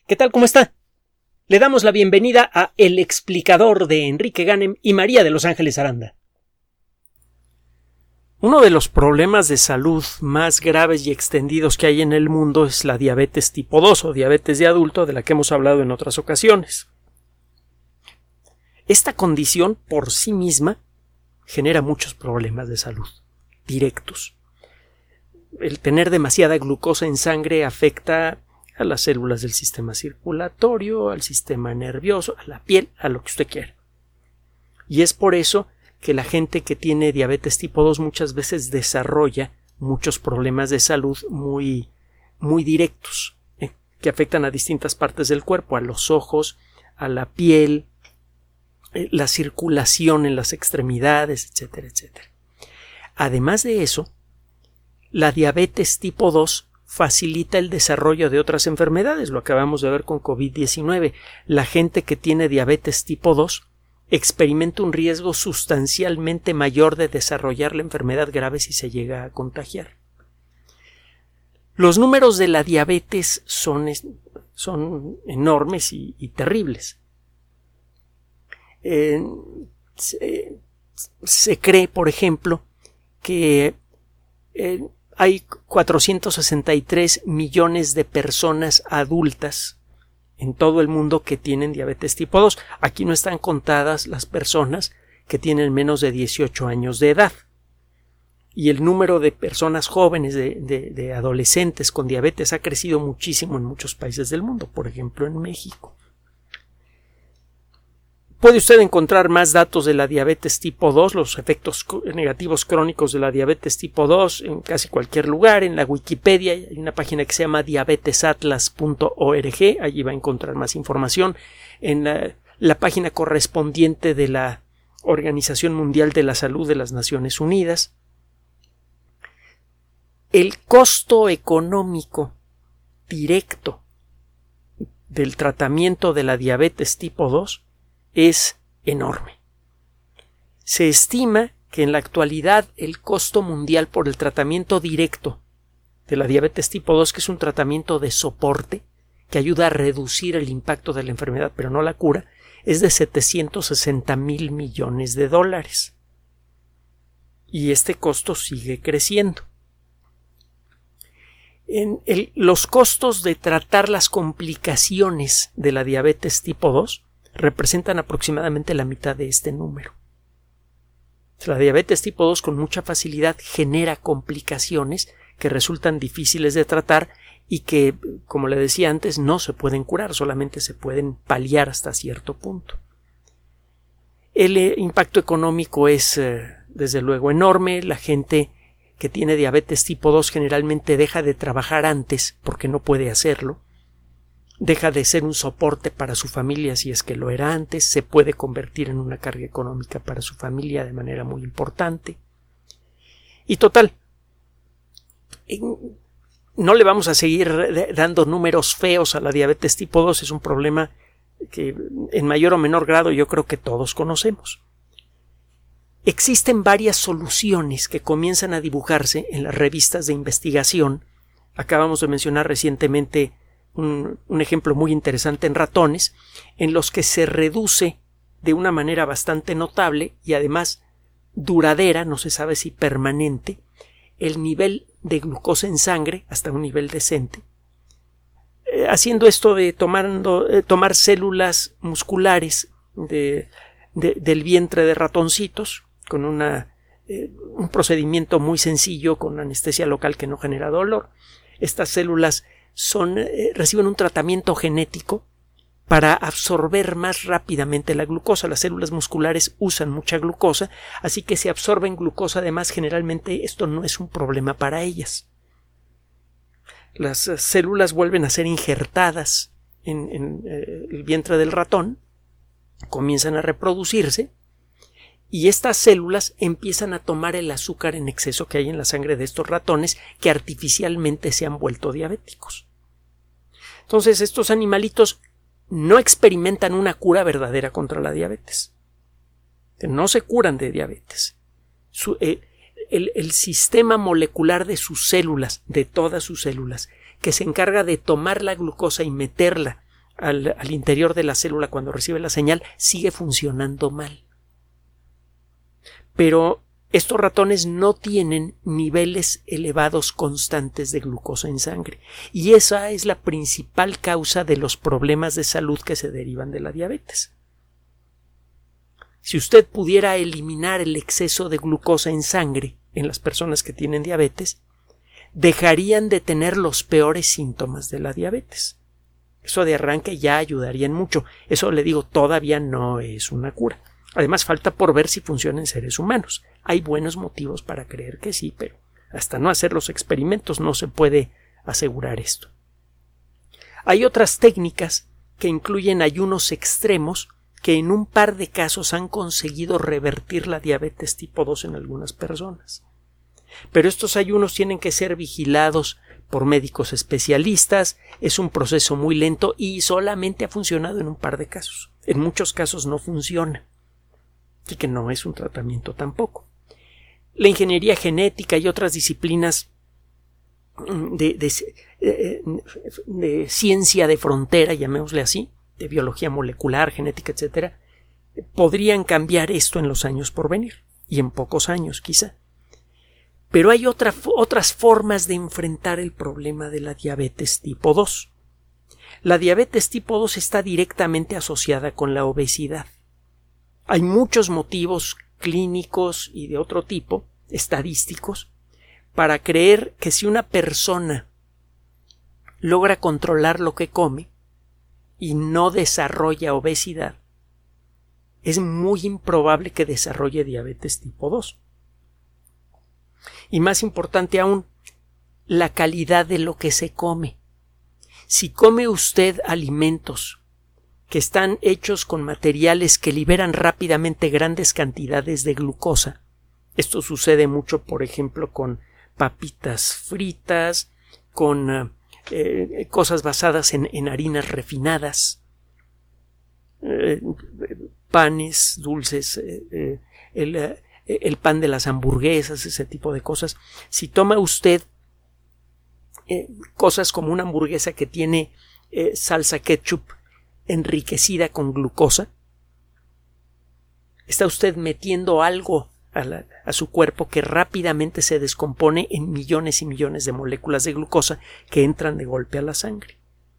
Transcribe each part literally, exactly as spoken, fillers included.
¿Qué tal? ¿Cómo está? Le damos la bienvenida a El Explicador de Enrique Ganem y María de Los Ángeles Aranda. Uno de los problemas de salud más graves y extendidos que hay en el mundo es la diabetes tipo dos o diabetes de adulto, de la que hemos hablado en otras ocasiones. Esta condición por sí misma genera muchos problemas de salud directos. El tener demasiada glucosa en sangre afecta a las células del sistema circulatorio, al sistema nervioso, a la piel, a lo que usted quiera. Y es por eso que la gente que tiene diabetes tipo dos muchas veces desarrolla muchos problemas de salud muy, muy directos, ¿eh? que afectan a distintas partes del cuerpo, a los ojos, a la piel, eh, la circulación en las extremidades, etcétera, etcétera. Además de eso, la diabetes tipo dos facilita el desarrollo de otras enfermedades. Lo acabamos de ver con COVID diecinueve. La gente que tiene diabetes tipo dos experimenta un riesgo sustancialmente mayor de desarrollar la enfermedad grave si se llega a contagiar. Los números de la diabetes son, son enormes y, y terribles. Eh, se, se cree, por ejemplo, que eh, hay cuatrocientos sesenta y tres millones de personas adultas en todo el mundo que tienen diabetes tipo dos. Aquí no están contadas las personas que tienen menos de dieciocho años de edad. Y el número de personas jóvenes, de, de, de adolescentes con diabetes ha crecido muchísimo en muchos países del mundo, por ejemplo en México. Puede usted encontrar más datos de la diabetes tipo dos, los efectos negativos crónicos de la diabetes tipo dos en casi cualquier lugar. En la Wikipedia hay una página que se llama diabetes atlas punto org, allí va a encontrar más información. En la, la página correspondiente de la Organización Mundial de la Salud de las Naciones Unidas. El costo económico directo del tratamiento de la diabetes tipo dos es enorme. Se estima que en la actualidad el costo mundial por el tratamiento directo de la diabetes tipo dos, que es un tratamiento de soporte que ayuda a reducir el impacto de la enfermedad pero no la cura, es de setecientos sesenta mil millones de dólares. Y este costo sigue creciendo. En el, los costos de tratar las complicaciones de la diabetes tipo dos representan aproximadamente la mitad de este número. La diabetes tipo dos con mucha facilidad genera complicaciones que resultan difíciles de tratar y que, como le decía antes, no se pueden curar, solamente se pueden paliar hasta cierto punto. El eh, impacto económico es, eh, desde luego, enorme. La gente que tiene diabetes tipo dos generalmente deja de trabajar antes porque no puede hacerlo. Deja de ser un soporte para su familia si es que lo era antes, se puede convertir en una carga económica para su familia de manera muy importante. Y total, no le vamos a seguir dando números feos a la diabetes tipo dos, es un problema que en mayor o menor grado yo creo que todos conocemos. Existen varias soluciones que comienzan a dibujarse en las revistas de investigación. Acabamos de mencionar recientemente Un, un ejemplo muy interesante en ratones, en los que se reduce de una manera bastante notable y además duradera, no se sabe si permanente, el nivel de glucosa en sangre hasta un nivel decente. Eh, haciendo esto de tomando, eh, tomar células musculares de, de, del vientre de ratoncitos con una, eh, un procedimiento muy sencillo con anestesia local que no genera dolor. Estas células Son, eh, reciben un tratamiento genético para absorber más rápidamente la glucosa. Las células musculares usan mucha glucosa, así que si absorben glucosa además generalmente esto no es un problema para ellas. Las uh, células vuelven a ser injertadas en, en eh, el vientre del ratón, comienzan a reproducirse y estas células empiezan a tomar el azúcar en exceso que hay en la sangre de estos ratones que artificialmente se han vuelto diabéticos. Entonces estos animalitos no experimentan una cura verdadera contra la diabetes. No se curan de diabetes. Su, eh, el, el sistema molecular de sus células, de todas sus células, que se encarga de tomar la glucosa y meterla al, al interior de la célula cuando recibe la señal sigue funcionando mal. Pero estos ratones no tienen niveles elevados constantes de glucosa en sangre, y esa es la principal causa de los problemas de salud que se derivan de la diabetes. Si usted pudiera eliminar el exceso de glucosa en sangre en las personas que tienen diabetes, dejarían de tener los peores síntomas de la diabetes. Eso de arranque ya ayudaría en mucho. Eso, le digo, todavía no es una cura. Además, falta por ver si funciona en seres humanos. Hay buenos motivos para creer que sí, pero hasta no hacer los experimentos no se puede asegurar esto. Hay otras técnicas que incluyen ayunos extremos que en un par de casos han conseguido revertir la diabetes tipo dos en algunas personas. Pero estos ayunos tienen que ser vigilados por médicos especialistas, es un proceso muy lento y solamente ha funcionado en un par de casos. En muchos casos no funciona, así que no es un tratamiento tampoco. La ingeniería genética y otras disciplinas de, de, de, de ciencia de frontera, llamémosle así, de biología molecular, genética, etcétera, podrían cambiar esto en los años por venir, y en pocos años quizá. Pero hay otra, otras formas de enfrentar el problema de la diabetes tipo dos. La diabetes tipo dos está directamente asociada con la obesidad. Hay muchos motivos clínicos y de otro tipo, estadísticos, para creer que si una persona logra controlar lo que come y no desarrolla obesidad, es muy improbable que desarrolle diabetes tipo dos. Y más importante aún, la calidad de lo que se come. Si come usted alimentos que están hechos con materiales que liberan rápidamente grandes cantidades de glucosa, esto sucede mucho, por ejemplo, con papitas fritas, con eh, cosas basadas en, en harinas refinadas, eh, panes, dulces, eh, eh, el eh, el pan de las hamburguesas, ese tipo de cosas. Si toma usted eh, cosas como una hamburguesa que tiene eh, salsa ketchup enriquecida con glucosa, está usted metiendo algo a, la, a su cuerpo que rápidamente se descompone en millones y millones de moléculas de glucosa que entran de golpe a la sangre.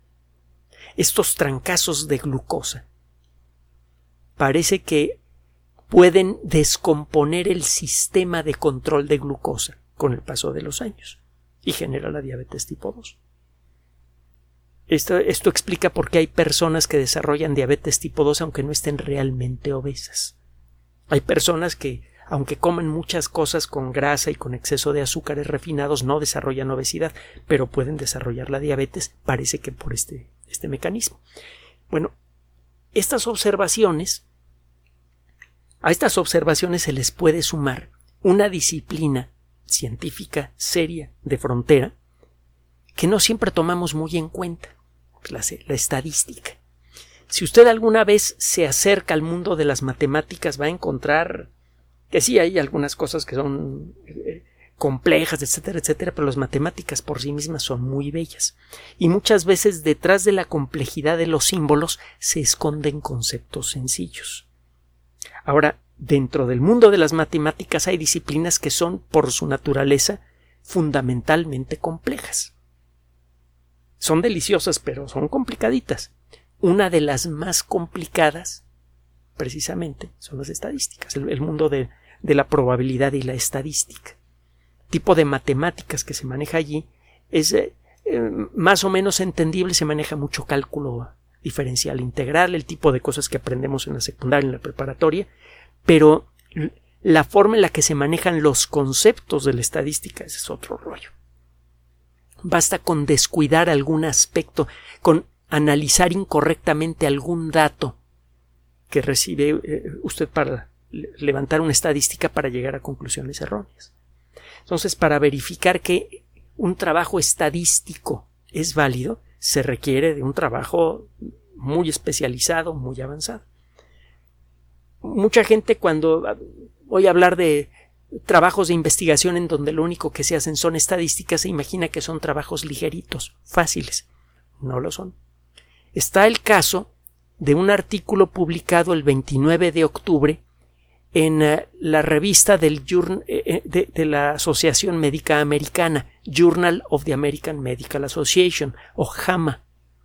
Estos trancazos de glucosa parece que pueden descomponer el sistema de control de glucosa con el paso de los años y genera la diabetes tipo dos. Esto, esto explica por qué hay personas que desarrollan diabetes tipo dos aunque no estén realmente obesas. Hay personas que, aunque comen muchas cosas con grasa y con exceso de azúcares refinados, no desarrollan obesidad, pero pueden desarrollar la diabetes, parece que por este, este mecanismo. Bueno, estas observaciones A estas observaciones se les puede sumar una disciplina científica seria de frontera que no siempre tomamos muy en cuenta, la, la estadística. Si usted alguna vez se acerca al mundo de las matemáticas, va a encontrar que sí hay algunas cosas que son eh, complejas, etcétera, etcétera, pero las matemáticas por sí mismas son muy bellas. Y muchas veces detrás de la complejidad de los símbolos se esconden conceptos sencillos. Ahora, dentro del mundo de las matemáticas hay disciplinas que son, por su naturaleza, fundamentalmente complejas. Son deliciosas, pero son complicaditas. Una de las más complicadas, precisamente, son las estadísticas, el, el mundo de, de la probabilidad y la estadística. El tipo de matemáticas que se maneja allí es eh, eh, más o menos entendible, se maneja mucho cálculo diferencial integral, el tipo de cosas que aprendemos en la secundaria, en la preparatoria, pero la forma en la que se manejan los conceptos de la estadística ese es otro rollo. Basta con descuidar algún aspecto, con analizar incorrectamente algún dato que recibe eh, usted para levantar una estadística para llegar a conclusiones erróneas. Entonces, para verificar que un trabajo estadístico es válido, se requiere de un trabajo muy especializado, muy avanzado. Mucha gente, cuando oye hablar de trabajos de investigación en donde lo único que se hacen son estadísticas, se imagina que son trabajos ligeritos, fáciles. No lo son. está el caso de un artículo publicado el veintinueve de octubre en uh, la revista del journal, eh, de, de la Asociación Médica Americana, Journal of the American Medical Association, o JAMA.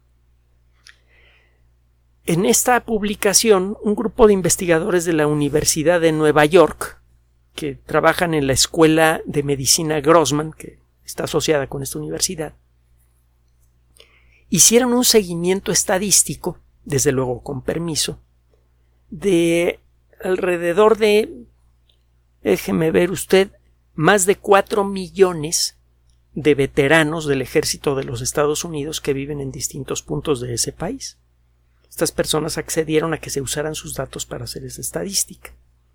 En esta publicación, un grupo de investigadores de la Universidad de Nueva York, que trabajan en la Escuela de Medicina Grossman, que está asociada con esta universidad, hicieron un seguimiento estadístico, desde luego con permiso, de alrededor de, déjeme ver usted, más de cuatro millones de veteranos del ejército de los Estados Unidos que viven en distintos puntos de ese país. Estas personas accedieron a que se usaran sus datos para hacer esa estadística.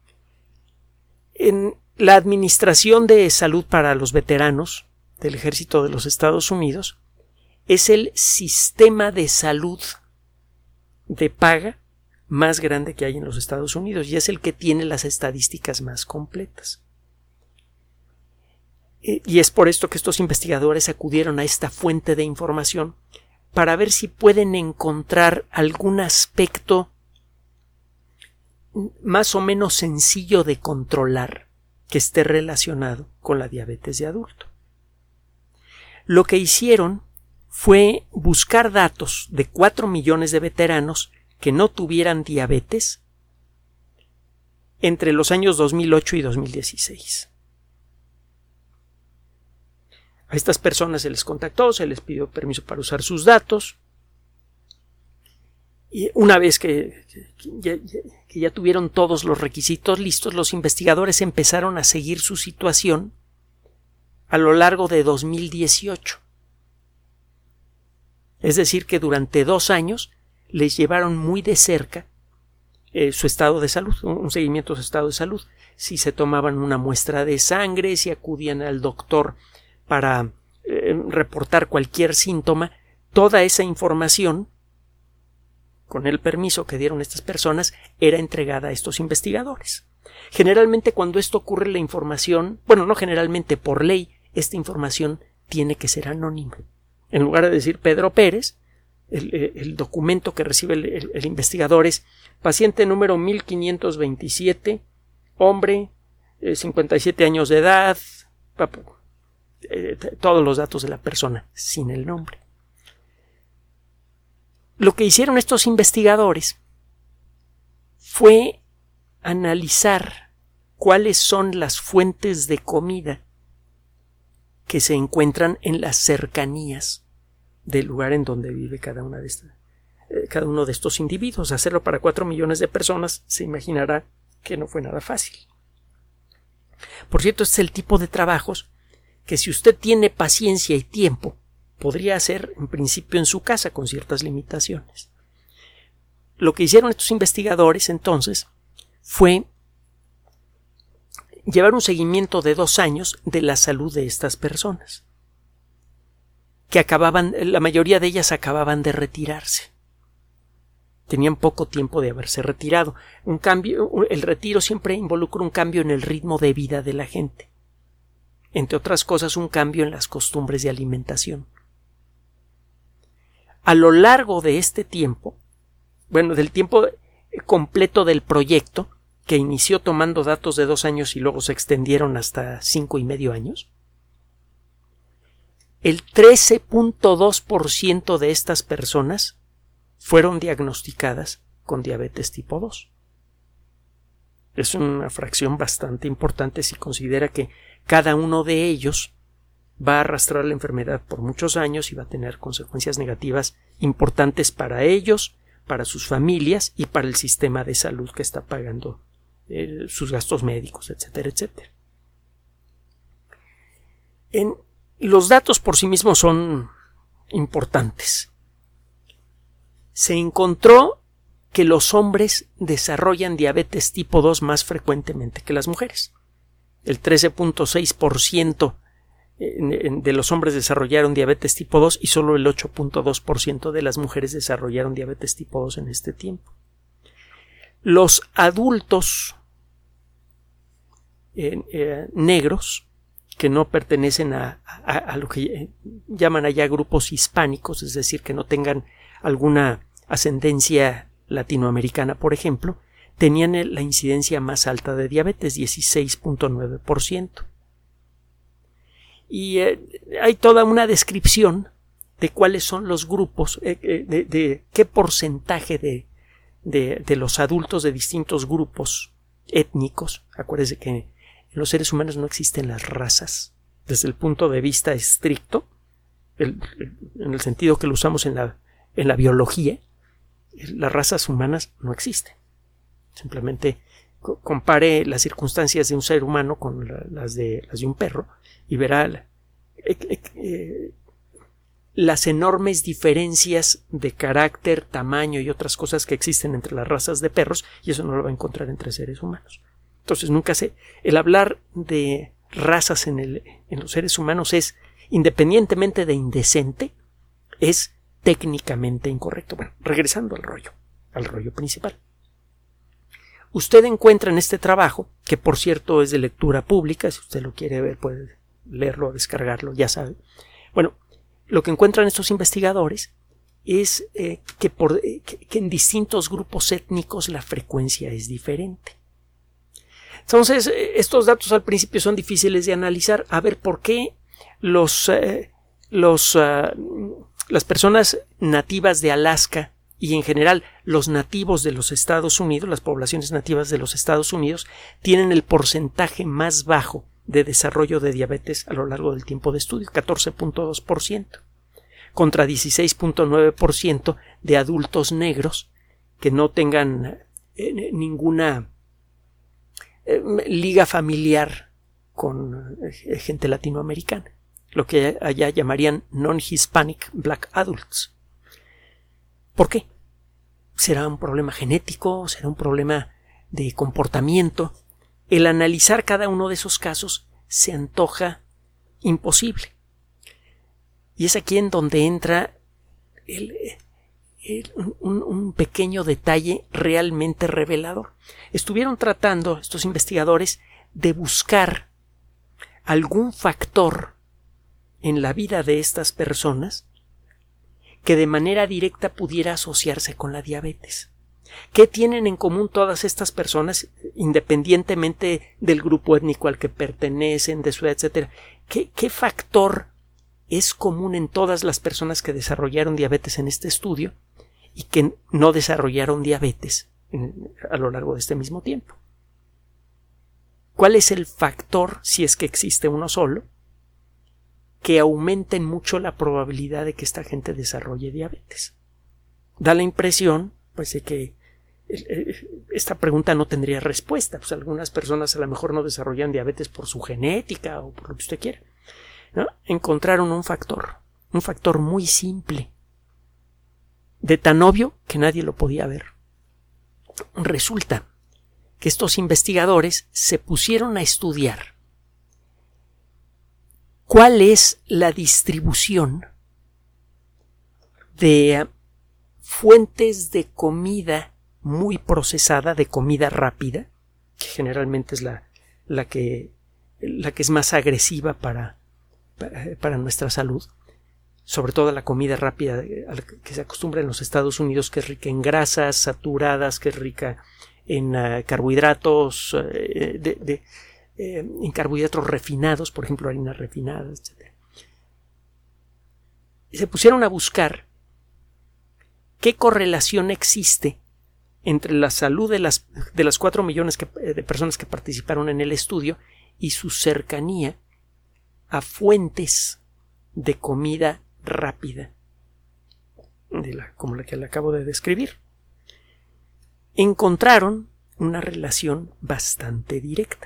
En la Administración de Salud para los Veteranos del Ejército de los Estados Unidos es el sistema de salud de paga más grande que hay en los Estados Unidos y es el que tiene las estadísticas más completas. Y es por esto que estos investigadores acudieron a esta fuente de información para ver si pueden encontrar algún aspecto más o menos sencillo de controlar que esté relacionado con la diabetes de adulto. Lo que hicieron fue buscar datos de cuatro millones de veteranos que no tuvieran diabetes entre los años dos mil ocho y dos mil dieciséis. A estas personas se les contactó, se les pidió permiso para usar sus datos y una vez que, que, ya, que ya tuvieron todos los requisitos listos, los investigadores empezaron a seguir su situación a lo largo de dos mil dieciocho. Es decir, que durante dos años les llevaron muy de cerca eh, su estado de salud, un seguimiento de su estado de salud. Si se tomaban una muestra de sangre, si acudían al doctor para eh, reportar cualquier síntoma, toda esa información, con el permiso que dieron estas personas, era entregada a estos investigadores. Generalmente cuando esto ocurre, la información, bueno, no generalmente, por ley, esta información tiene que ser anónima. En lugar de decir Pedro Pérez, el, el documento que recibe el, el, el investigador es paciente número mil quinientos veintisiete, hombre, eh, cincuenta y siete años de edad, eh, todos los datos de la persona, sin el nombre. Lo que hicieron estos investigadores fue analizar cuáles son las fuentes de comida que se encuentran en las cercanías del lugar en donde vive cada una de estas, eh, cada uno de estos individuos. Hacerlo para cuatro millones de personas se imaginará que no fue nada fácil. Por cierto, este es el tipo de trabajos que, si usted tiene paciencia y tiempo, podría hacer en principio en su casa con ciertas limitaciones. Lo que hicieron estos investigadores entonces fue llevar un seguimiento de dos años de la salud de estas personas, que acababan, la mayoría de ellas acababan de retirarse. Tenían poco tiempo de haberse retirado. Un cambio, el retiro siempre involucra un cambio en el ritmo de vida de la gente. Entre otras cosas, un cambio en las costumbres de alimentación. A lo largo de este tiempo, bueno, del tiempo completo del proyecto, que inició tomando datos de dos años y luego se extendieron hasta cinco y medio años, el trece punto dos por ciento de estas personas fueron diagnosticadas con diabetes tipo dos. Es una fracción bastante importante si considera que cada uno de ellos va a arrastrar la enfermedad por muchos años y va a tener consecuencias negativas importantes para ellos, para sus familias y para el sistema de salud que está pagando eh, sus gastos médicos, etcétera, etcétera. En, los datos por sí mismos son importantes. Se encontró que los hombres desarrollan diabetes tipo dos más frecuentemente que las mujeres. El trece punto seis por ciento de los hombres desarrollaron diabetes tipo dos y solo el ocho punto dos por ciento de las mujeres desarrollaron diabetes tipo dos en este tiempo. Los adultos eh, eh, negros que no pertenecen a, a, a lo que llaman allá grupos hispánicos, es decir, que no tengan alguna ascendencia latinoamericana, por ejemplo, tenían la incidencia más alta de diabetes, dieciséis punto nueve por ciento. Y eh, hay toda una descripción de cuáles son los grupos, eh, eh, de, de qué porcentaje de, de, de los adultos de distintos grupos étnicos. Acuérdense que en los seres humanos no existen las razas desde el punto de vista estricto, el, el, en el sentido que lo usamos en la, en la biología. Las razas humanas no existen. Simplemente co compare las circunstancias de un ser humano con la, las, de, las de un perro y verá la, eh, eh, eh, las enormes diferencias de carácter, tamaño y otras cosas que existen entre las razas de perros, y eso no lo va a encontrar entre seres humanos. Entonces nunca se... El hablar de razas en, el, en los seres humanos es, independientemente de indecente, es técnicamente incorrecto. Bueno, regresando al rollo, al rollo principal. Usted encuentra en este trabajo, que por cierto es de lectura pública, si usted lo quiere ver puede leerlo o descargarlo, ya sabe. Bueno, lo que encuentran estos investigadores es eh, que, por, eh, que, que en distintos grupos étnicos la frecuencia es diferente. Entonces, eh, estos datos al principio son difíciles de analizar. A ver, ¿por qué los, eh, los, uh, las personas nativas de Alaska y en general los nativos de los Estados Unidos, las poblaciones nativas de los Estados Unidos, tienen el porcentaje más bajo de desarrollo de diabetes a lo largo del tiempo de estudio, catorce punto dos por ciento, contra dieciséis punto nueve por ciento de adultos negros que no tengan eh, ninguna eh, liga familiar con eh, gente latinoamericana, lo que allá llamarían non-Hispanic Black Adults. ¿Por qué? ¿Será un problema genético? ¿Será un problema de comportamiento? El analizar cada uno de esos casos se antoja imposible. Y es aquí en donde entra el, el, un, un pequeño detalle realmente revelador. Estuvieron tratando estos investigadores de buscar algún factor en la vida de estas personas que de manera directa pudiera asociarse con la diabetes. ¿Qué tienen en común todas estas personas, independientemente del grupo étnico al que pertenecen, de su edad, etcétera? ¿Qué, qué factor es común en todas las personas que desarrollaron diabetes en este estudio y que no desarrollaron diabetes en, a lo largo de este mismo tiempo? ¿Cuál es el factor, si es que existe uno solo, que aumenten mucho la probabilidad de que esta gente desarrolle diabetes? Da la impresión, pues, de que esta pregunta no tendría respuesta. Pues algunas personas a lo mejor no desarrollan diabetes por su genética o por lo que usted quiera, ¿no? Encontraron un factor, un factor muy simple, de tan obvio que nadie lo podía ver. Resulta que estos investigadores se pusieron a estudiar cuál es la distribución de fuentes de comida muy procesada, de comida rápida, que generalmente es la, la, que, la que es más agresiva para, para, para nuestra salud, sobre todo la comida rápida a la que se acostumbra en los Estados Unidos, que es rica en grasas saturadas, que es rica en uh, carbohidratos, uh, de, de, eh, en carbohidratos refinados, por ejemplo, harinas refinadas, etcétera. Y se pusieron a buscar qué correlación existe entre la salud de las, de las cuatro millones que, de personas que participaron en el estudio y su cercanía a fuentes de comida rápida, de la, como la que le acabo de describir. Encontraron una relación bastante directa.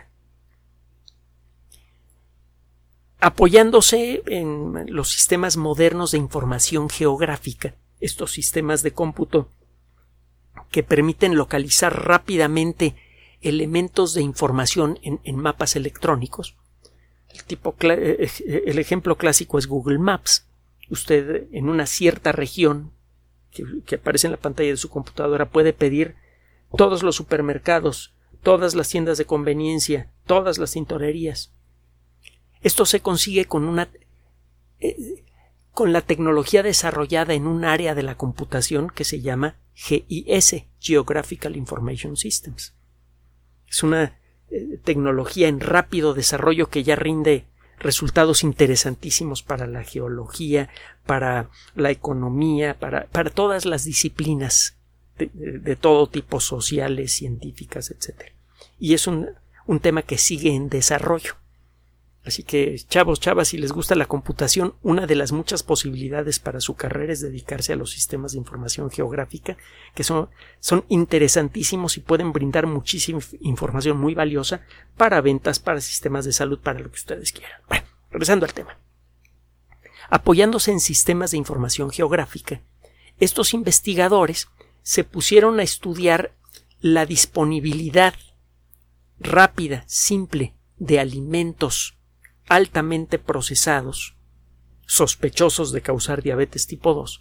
Apoyándose en los sistemas modernos de información geográfica, estos sistemas de cómputo que permiten localizar rápidamente elementos de información en, en mapas electrónicos. El, tipo, el ejemplo clásico es Google Maps. Usted en una cierta región que, que aparece en la pantalla de su computadora puede pedir todos los supermercados, todas las tiendas de conveniencia, todas las tintorerías. Esto se consigue con una eh, con la tecnología desarrollada en un área de la computación que se llama G I S, Geographical Information Systems. Es una eh, tecnología en rápido desarrollo que ya rinde resultados interesantísimos para la geología, para la economía, para, para todas las disciplinas de, de, de todo tipo, sociales, científicas, etcétera. Y es un, un tema que sigue en desarrollo. Así que, chavos, chavas, si les gusta la computación, una de las muchas posibilidades para su carrera es dedicarse a los sistemas de información geográfica, que son, son interesantísimos y pueden brindar muchísima información muy valiosa para ventas, para sistemas de salud, para lo que ustedes quieran. Bueno, regresando al tema. Apoyándose en sistemas de información geográfica, estos investigadores se pusieron a estudiar la disponibilidad rápida, simple, de alimentos altamente procesados, sospechosos de causar diabetes tipo dos,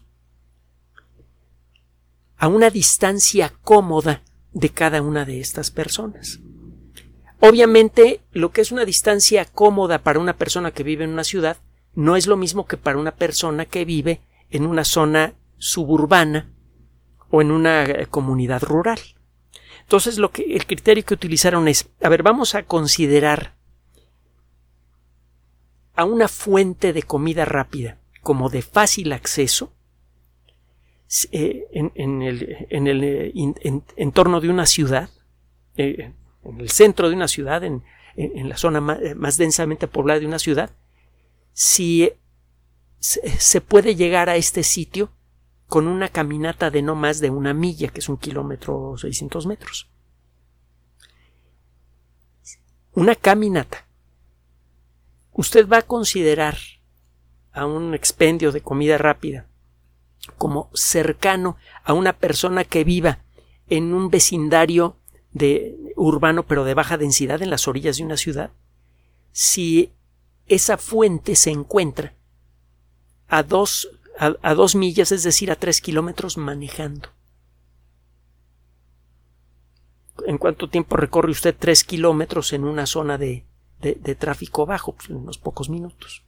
a una distancia cómoda de cada una de estas personas. Obviamente, lo que es una distancia cómoda para una persona que vive en una ciudad no es lo mismo que para una persona que vive en una zona suburbana o en una eh, comunidad rural. Entonces, lo que, el criterio que utilizaron es, a ver, vamos a considerar a una fuente de comida rápida como de fácil acceso eh, en, en el, en el eh, in, en, entorno de una ciudad, eh, en el centro de una ciudad, en, en, en la zona más, más densamente poblada de una ciudad, si eh, se, se puede llegar a este sitio con una caminata de no más de una milla, que es un kilómetro o seiscientos metros. Una caminata. Usted va a considerar a un expendio de comida rápida como cercano a una persona que viva en un vecindario de, urbano pero de baja densidad en las orillas de una ciudad, si esa fuente se encuentra a dos, a, a dos millas, es decir, a tres kilómetros manejando. ¿En cuánto tiempo recorre usted tres kilómetros en una zona de De, de tráfico bajo? Pues en unos pocos minutos.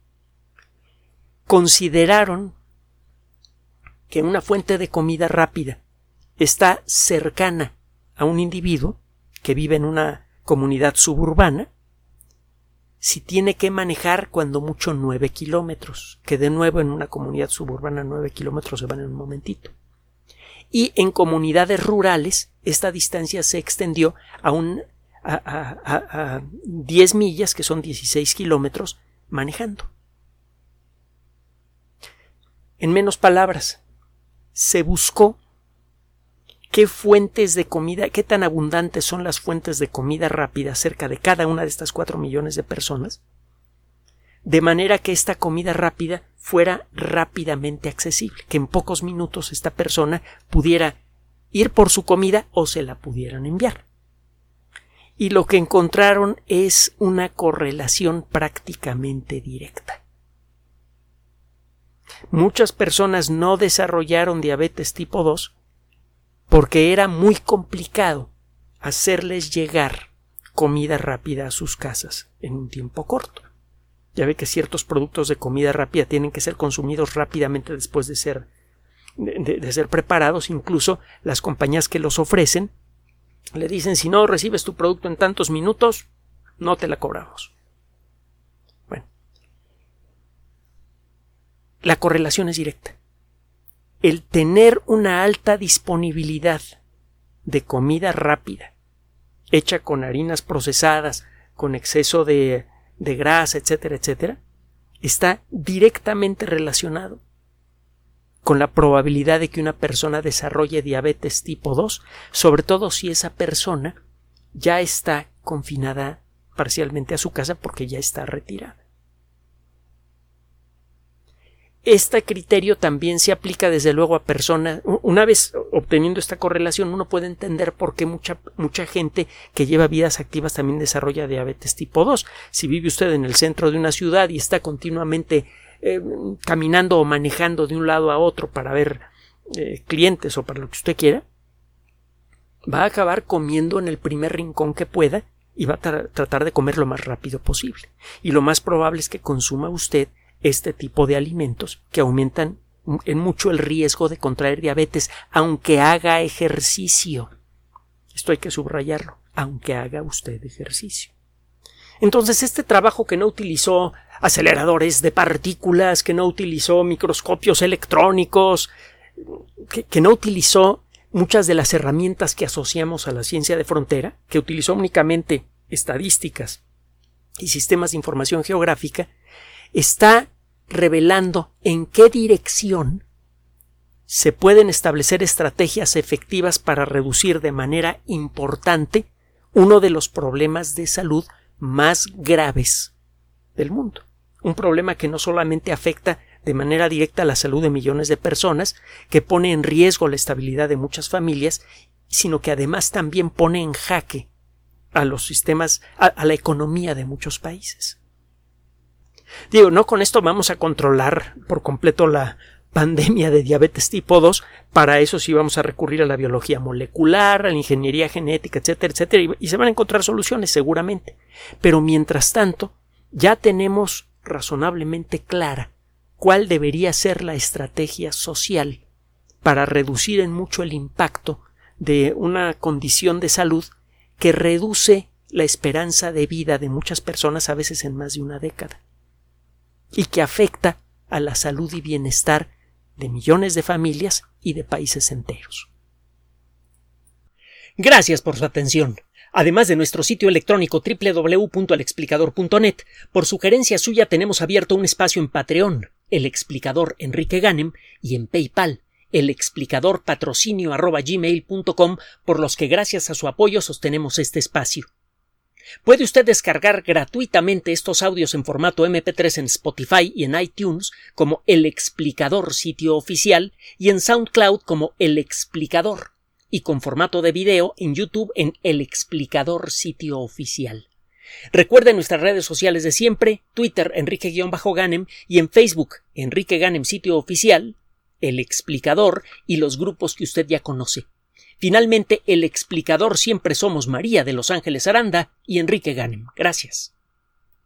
Consideraron que una fuente de comida rápida está cercana a un individuo que vive en una comunidad suburbana si tiene que manejar cuando mucho nueve kilómetros, que de nuevo en una comunidad suburbana nueve kilómetros se van en un momentito. Y en comunidades rurales esta distancia se extendió a un A, a, a diez millas, que son dieciséis kilómetros, manejando. En menos palabras, se buscó qué fuentes de comida, qué tan abundantes son las fuentes de comida rápida cerca de cada una de estas cuatro millones de personas, de manera que esta comida rápida fuera rápidamente accesible, que en pocos minutos esta persona pudiera ir por su comida o se la pudieran enviar. Y lo que encontraron es una correlación prácticamente directa. Muchas personas no desarrollaron diabetes tipo dos porque era muy complicado hacerles llegar comida rápida a sus casas en un tiempo corto. Ya ve que ciertos productos de comida rápida tienen que ser consumidos rápidamente después de ser, de, de ser preparados. Incluso las compañías que los ofrecen le dicen, si no recibes tu producto en tantos minutos, no te la cobramos. Bueno, la correlación es directa. El tener una alta disponibilidad de comida rápida, hecha con harinas procesadas, con exceso de, de grasa, etcétera, etcétera, está directamente relacionado con la probabilidad de que una persona desarrolle diabetes tipo dos, sobre todo si esa persona ya está confinada parcialmente a su casa porque ya está retirada. Este criterio también se aplica desde luego a personas. Una vez obteniendo esta correlación, uno puede entender por qué mucha, mucha gente que lleva vidas activas también desarrolla diabetes tipo dos. Si vive usted en el centro de una ciudad y está continuamente Eh, caminando o manejando de un lado a otro para ver eh, clientes o para lo que usted quiera, va a acabar comiendo en el primer rincón que pueda y va a tra- tratar de comer lo más rápido posible. Y lo más probable es que consuma usted este tipo de alimentos que aumentan en mucho el riesgo de contraer diabetes, aunque haga ejercicio. Esto hay que subrayarlo, aunque haga usted ejercicio. Entonces, este trabajo que no utilizó aceleradores de partículas, que no utilizó microscopios electrónicos, que, que no utilizó muchas de las herramientas que asociamos a la ciencia de frontera, que utilizó únicamente estadísticas y sistemas de información geográfica, está revelando en qué dirección se pueden establecer estrategias efectivas para reducir de manera importante uno de los problemas de salud más graves del mundo. Un problema que no solamente afecta de manera directa a la salud de millones de personas, que pone en riesgo la estabilidad de muchas familias, sino que además también pone en jaque a los sistemas, a, a la economía de muchos países. Digo, no con esto vamos a controlar por completo la pandemia de diabetes tipo dos, para eso sí vamos a recurrir a la biología molecular, a la ingeniería genética, etcétera, etcétera, y, y se van a encontrar soluciones seguramente. Pero mientras tanto, ya tenemos razonablemente clara cuál debería ser la estrategia social para reducir en mucho el impacto de una condición de salud que reduce la esperanza de vida de muchas personas, a veces en más de una década, y que afecta a la salud y bienestar de millones de familias y de países enteros. Gracias por su atención. Además de nuestro sitio electrónico doble u doble u doble u punto el explicador punto net, por sugerencia suya tenemos abierto un espacio en Patreon, El Explicador Enrique Ganem, y en PayPal, el explicador patrocinio arroba gmail punto com, por los que gracias a su apoyo sostenemos este espacio. Puede usted descargar gratuitamente estos audios en formato eme pe tres en Spotify y en iTunes como El Explicador sitio oficial y en SoundCloud como El Explicador, y con formato de video en YouTube en El Explicador sitio oficial. Recuerde nuestras redes sociales de siempre, Twitter Enrique-Ganem y en Facebook Enrique Ganem sitio oficial, El Explicador y los grupos que usted ya conoce. Finalmente, El Explicador siempre somos María de Los Ángeles Aranda y Enrique Ganem. Gracias.